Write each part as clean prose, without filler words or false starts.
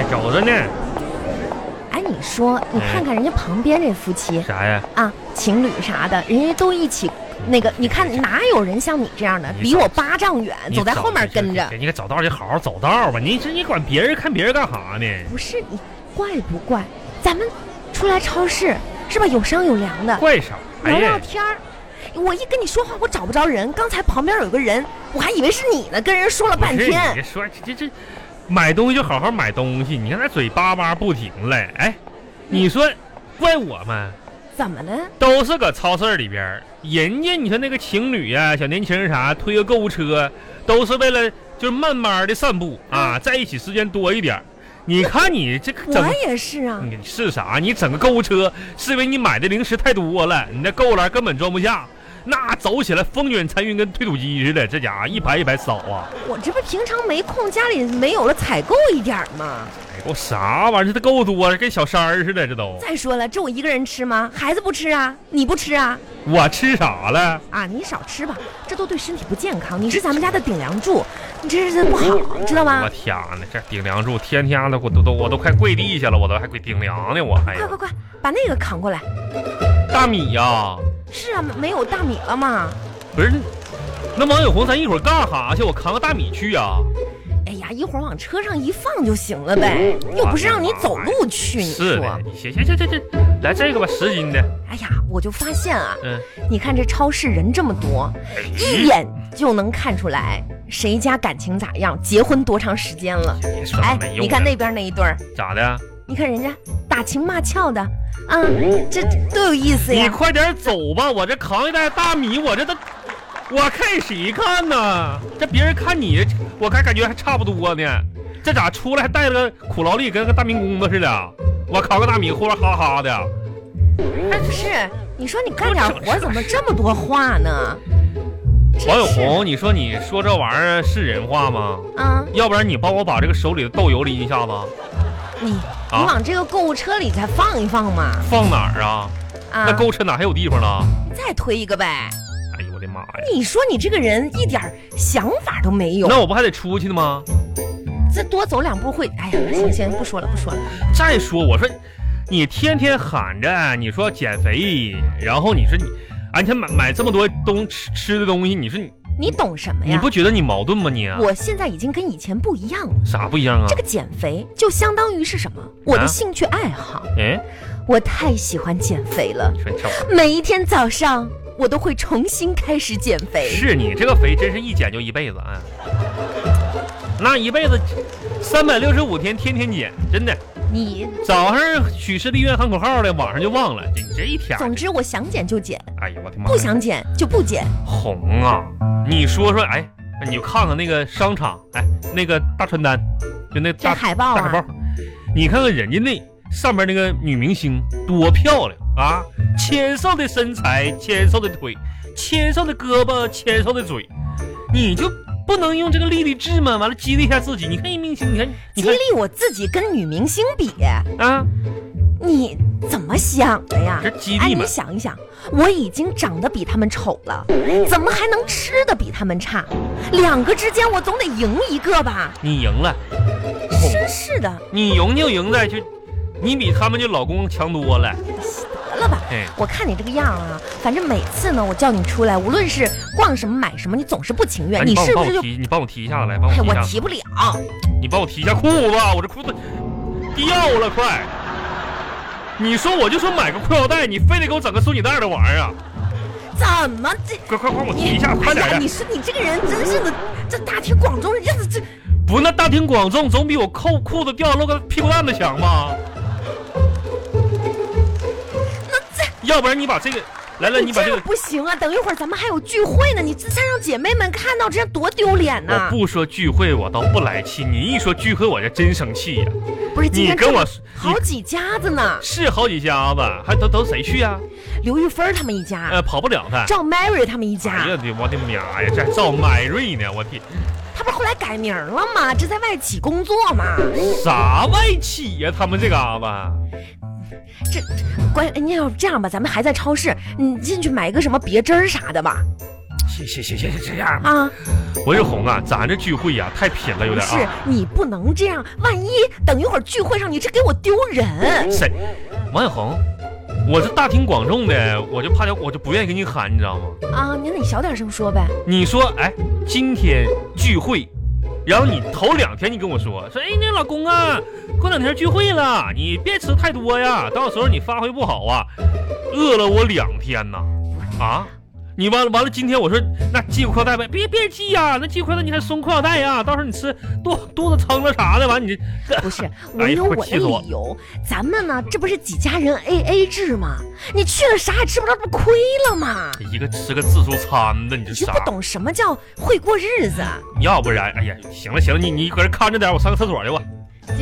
走着呢。 哎，你说，你看看人家旁边这夫妻啥呀？ 啊，情侣啥的，人家都一起。那个，你看哪有人像你这样的，离我8丈远，走在后面跟着。 你走道就好好走道吧，你管别人看别人干啥呢？ 不是你怪不怪？咱们出来超市是吧？有商有量的， 怪啥？ 聊聊天儿。我一跟你说话，我找不着人。刚才旁边有个人，我还以为是你呢，跟人说了半天。 你说这买东西就好好买东西，你看他嘴巴巴不停嘞。哎，你说怪我吗？ 怎么了？ 都是搁超市里边，人家你说那个情侣啊、小年轻啥，推个购物车，都是为了就是慢慢的散步啊，在一起时间多一点。你看你这个， 我也是啊。 你是啥？你整个购物车是因为你买的零食太多了，你那购篮根本装不下。那走起来风卷残云，跟推土机似的，这家伙一排一排扫啊！ 我这不平常没空，家里没有了采购一点吗？ 采购啥玩意儿？这够多，跟小山儿似的，这都。 再说了，这我一个人吃吗？孩子不吃啊？你不吃啊？ 我吃啥了？ 啊，你少吃吧，这都对身体不健康。你是咱们家的顶梁柱，你这是不好，知道吗？ 我天哪，这顶梁柱，天天的我都快跪地下了，我都还跪顶梁呢，我还。 快，把那个扛过来。 大米呀。 是啊，没有大米了吗？ 不是，那王小红，咱一会儿干啥去？我扛个大米去啊！ 哎呀，一会儿往车上一放就行了呗，又不是让你走路去。你说？ 行，来这个吧，10斤的。 哎呀，我就发现啊，你看这超市人这么多，一眼就能看出来谁家感情咋样，结婚多长时间了。哎，你看那边那一对儿， 咋的？ 你看人家打情骂俏的。啊，这多有意思呀！ 你快点走吧，我这扛一袋大米，我看谁看呢？这别人看你，我感觉还差不多呢。这咋出来还带了个苦劳力，跟个大民工子似的？我扛个大米，呼啦哈哈的。 哎，不是，你说你干点活怎么这么多话呢？ 王小红，你说你说这玩意儿是人话吗？啊，要不然你帮我把这个手里的豆油拎一下子。 你往这个购物车里再放一放嘛。 放哪儿啊？那购物车哪还有地方了？ 再推一个呗。 哎呦我的妈呀！ 你说你这个人一点想法都没有。 那我不还得出去呢吗？ 再多走2步会。哎呀，行，不说了。 再说我说，你天天喊着你说减肥，然后你说你，你看买这么多吃的东西，你说你懂什么呀？ 你不觉得你矛盾吗你？ 我现在已经跟以前不一样了。 啥不一样啊？ 这个减肥就相当于是什么？我的兴趣爱好。我太喜欢减肥了。每一天早上我都会重新开始减肥。 是你这个肥真是一减就一辈子啊！那一辈子365天天天减，真的。你早上许市立院喊口号的，晚上就忘了，你这一天。 总之我想减就减。 哎呀我的妈！ 不想减就不减。 红啊，你说哎，你就看看那个商场，哎，那个大传单，就那大海报， 大海报，你看看人家那上面那个女明星多漂亮啊！纤瘦的身材，纤瘦的腿，纤瘦的胳膊，纤瘦的嘴，你就不能用这个励志吗？完了激励一下自己。你看一明星，你看激励我自己跟女明星比啊？你怎么想的呀？ 这激励嘛。 你想一想，我已经长得比他们丑了，怎么还能吃的比他们差？2个之间我总得赢一个吧？ 你赢了， 真是的。 你赢就赢在就，你比他们就老公强多了。 得了吧，我看你这个样啊，反正每次呢，我叫你出来，无论是逛什么买什么，你总是不情愿。你是不是就你帮我提一下来？帮我提一下。 我提不了。 你帮我提一下裤子，我这裤子掉了，快！你说我就说买个裤腰带，你非得给我整个收紧带的玩意儿啊？ 怎么这？ 快我提一下，快点！ 你说你这个人真是的，这大庭广众，人家这不那大庭广众总比我扣裤子掉露个屁股蛋子强吗？要不然你把这个来，你把这个不行啊！等一会儿咱们还有聚会呢，你这再让姐妹们看到，这样多丢脸呢！ 我不说聚会我倒不来气，你一说聚会我就真生气呀！ 不是， 你跟我好几家子呢， 是好几家子，还都谁去啊？ 刘玉芬他们一家， 跑不了他。 赵 Mary 他们一家。 哎呀，我的妈呀，这还赵 Mary 呢，我天！ 他不是后来改名了吗？这在外企工作嘛？ 啥外企呀？他们这嘎巴。 你要这样吧，咱们还在超市，你进去买一个什么别针啥的吧。 行，这样啊， 我说红啊，咱这聚会呀太拼了，有点啊。 是你不能这样，万一等一会儿聚会上你这给我丢人。 谁？王小红，我是大庭广众的，我就怕我就不愿意给你喊，你知道吗？ 啊，你小点声说呗。 你说，哎，今天聚会，然后你头2天你跟我说，哎，那老公啊，过2天聚会了，你别吃太多呀，到时候你发挥不好啊，饿了我2天呐，啊。你完了，今天我说那系个裤腰带呗，别系呀，那系裤腰带你还松裤腰带呀，到时候你吃肚子撑了啥的，完你不是我有我的理由，咱们呢这不是几家人 AA 制吗？你去了啥也吃不着，这不亏了吗？ 一个吃个自助餐的，你就不懂什么叫会过日子。 要不然，哎呀，行了，你搁这看着点，我上个厕所去吧。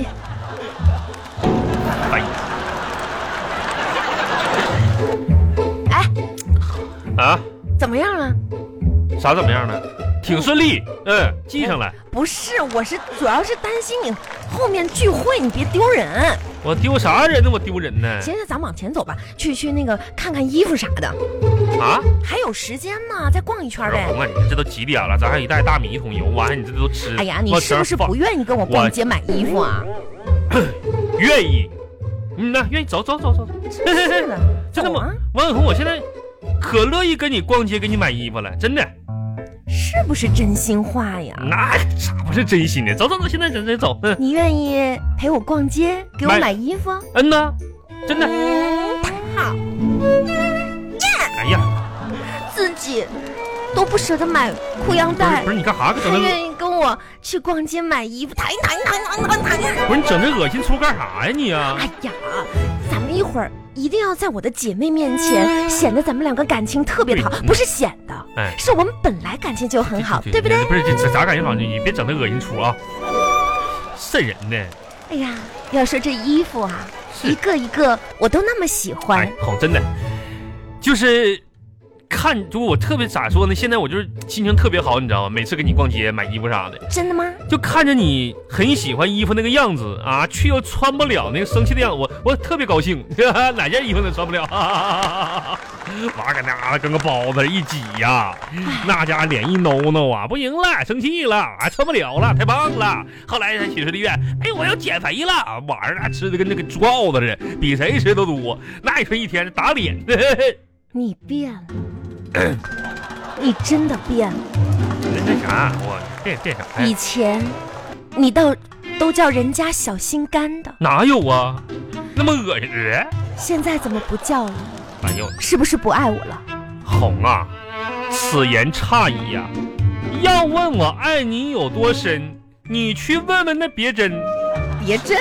啊， 怎么样了？ 啥怎么样呢？挺顺利，记上来。 不是，我是主要是担心你后面聚会你别丢人。 我丢啥人呢？我丢人呢？ 现在咱往前走吧，去那个看看衣服啥的。 啊？ 还有时间呢，再逛一圈呗。 红啊，你这都几点了？咱还一袋大米1桶油，完了你这都吃。 哎呀，你是不是不愿意跟我逛街买衣服啊？ 愿意。那愿意走。 是的， 真的吗？王小红，我现在可乐意跟你逛街，给你买衣服了，真的。 是不是真心话呀？ 那啥不是真心的？走，现在走。 你愿意陪我逛街，给我买衣服？ 呐，真的。 好。 哎呀， 自己都不舍得买裤腰带， 不是你干啥？ 还愿意跟我去逛街买衣服，谈。 不是你整这恶心出干啥呀你啊？ 哎呀，咱们一会儿一定要在我的姐妹面前显得咱们2个感情特别好，不是显得，是我们本来感情就很好，对不对？ 不是这咋感情好？你别整那恶心出啊，瘆人呢。 哎呀，要说这衣服啊，一个一个我都那么喜欢。 好，真的，就是看，就我特别咋说呢？现在我就是心情特别好，你知道吗？每次跟你逛街买衣服啥的。 真的吗？ 就看着你很喜欢衣服那个样子啊，却又穿不了那个生气的样子，我特别高兴。哪件衣服都穿不了，哇，搁那跟个包子一挤呀，那家脸一孬啊，不行了，生气了，穿不了了，太棒了。后来才去医院，哎，我要减肥了，晚上那吃的跟那个猪耗子似的，比谁吃都多。那你说一天打脸。 你变了。你真的变了。 那啥，我变啥呀？ 以前你都叫人家小心肝的， 哪有啊？那么恶心。 现在怎么不叫了？ 哎呦， 是不是不爱我了？ 红啊，此言差矣呀！要问我爱你有多深，你去问问那别针。 别针？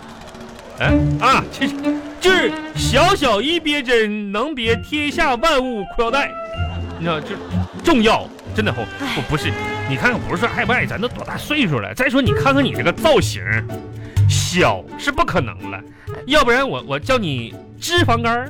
就是小一别针，能别天下万物裤腰带。你知道，就重要，真的红。不是，你看看，不是说爱不爱，咱都多大岁数了。再说，你看看你这个造型，小是不可能了，要不然我叫你脂肪肝。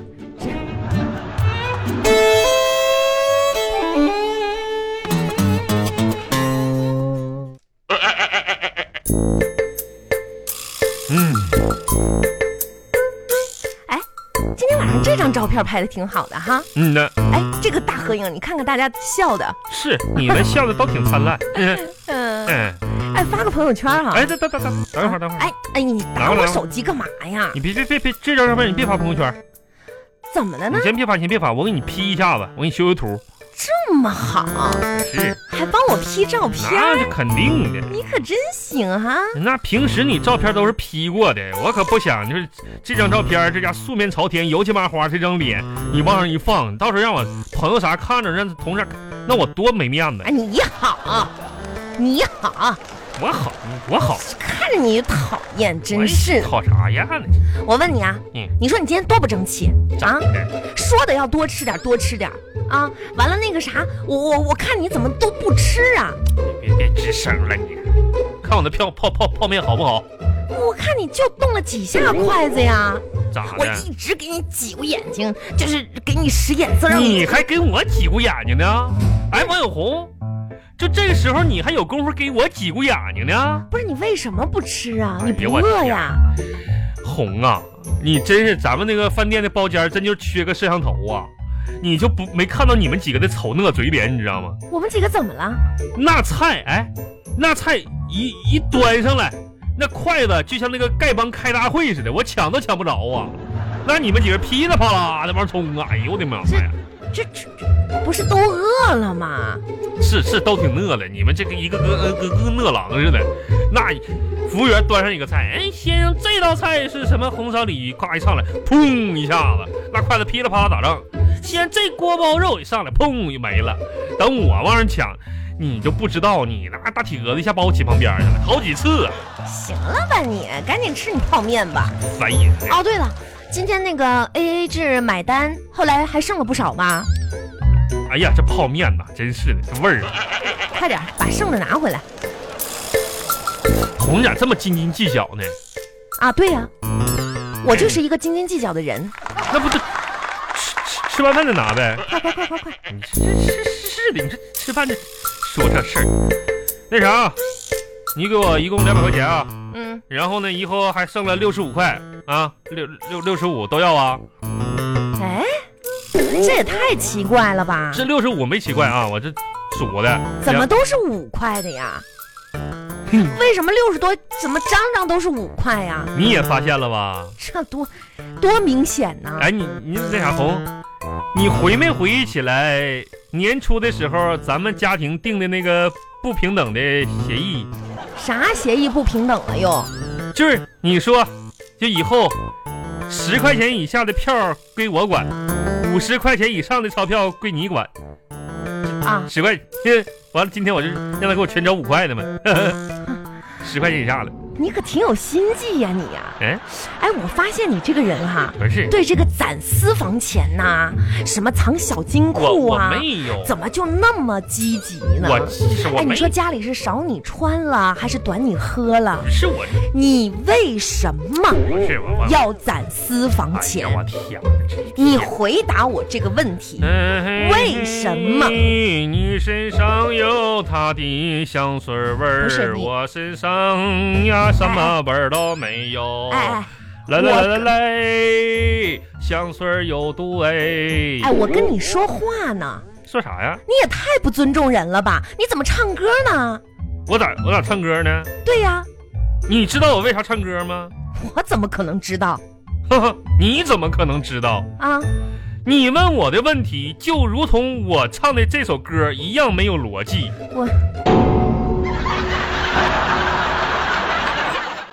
今天晚上这张照片拍的挺好的哈。 呢。 哎，这个大合影，你看看大家笑的。 是，你们笑的都挺灿烂。 哎，发个朋友圈哈。 哎，等一会儿。 哎，你打我手机干嘛呀？ 你别，这张照片你别发朋友圈。 怎么了呢？ 你先别发，我给你 P 一下子，我给你修个图。 这么好， 是还帮我 P 照片， 那是肯定的。 你可真行哈！ 那平时你照片都是 P 过的，我可不想就是这张照片，这家素面朝天、油漆麻花这张脸，你往上一放，到时候让我朋友啥看着，让同事，那我多没面子。 哎，你好， 我好， 看着你讨厌，真是讨啥呀呢？ 我问你啊，你说你今天多不争气啊？说的要多吃点啊！完了那个啥，我看你怎么都不吃啊！ 别吱声了你，看我的泡面好不好？ 我看你就动了几下筷子呀！ 咋的？ 我一直给你挤过眼睛，就是给你使眼色，让你还给我挤过眼睛呢？哎，王小红。就这个时候你还有功夫给我挤过眼睛呢？不是，你为什么不吃啊？你不饿呀？ 红啊，你真是咱们那个饭店的包间真就缺个摄像头啊！ 你就没看到你们几个的丑恶嘴脸，你知道吗？ 我们几个怎么了？ 那菜一端上来，那筷子就像那个丐帮开大会似的，我抢都抢不着啊！那你们几个噼里啪啦的往冲啊！哎呦我的妈呀！ 这不是都饿了吗？ 是都挺饿的，你们这个一个饿狼似的。那服务员端上一个菜，哎，先生，这道菜是什么红烧鲤鱼？咵一上来，砰一下子，那筷子噼里啪啦打仗。先生，这锅包肉一上来，砰就没了。等我往上抢，你就不知道，你那大体格子一下把我挤旁边去了，好几次啊！ 行了吧你，赶紧吃你泡面吧。 烦人！ 哦，对了。今天那个 AA 制买单，后来还剩了不少吧？ 哎呀，这泡面呐，真是的，这味儿啊！ 快点把剩的拿回来。 红咋这么斤斤计较呢？ 啊，对呀，我就是一个斤斤计较的人。 那不是吃完饭再拿呗？ 快！ 你是的，你这吃饭这说这事儿，那啥，你给我一共200块钱啊。然后呢，以后还剩了65块啊，65都要啊。 哎，这也太奇怪了吧？ 这65没奇怪啊，我这数的。 怎么都是5块的呀？为什么60多怎么张张都是5块呀？ 你也发现了吧？ 这多明显呢！ 哎，你那啥红，你回没回忆起来年初的时候咱们家庭定的那个不平等的协议？ 啥协议不平等了又？ 就是你说，就以后10块钱以下的票归我管，50块钱以上的钞票归你管。 啊 ，10块，完了，今天我就让他给我全找5块的嘛，10块钱以下的。 你可挺有心计呀，你呀！哎，我发现你这个人哈， 不是对这个攒私房钱呐，什么藏小金库啊， 我没有， 怎么就那么积极呢？ 我你说家里是少你穿了，还是短你喝了？ 是我， 你为什么要攒私房钱？ 哎呀，我天！ 你回答我这个问题，为什么？ 你身上有他的香水味儿，我身上呀。什么味儿都没有。来，香水有毒哎！ 哎，我跟你说话呢。 说啥呀？ 你也太不尊重人了吧？你怎么唱歌呢？ 我咋唱歌呢？ 对呀。 你知道我为啥唱歌吗？ 我怎么可能知道？ 呵呵，你怎么可能知道啊？ 你问我的问题就如同我唱的这首歌一样没有逻辑。 我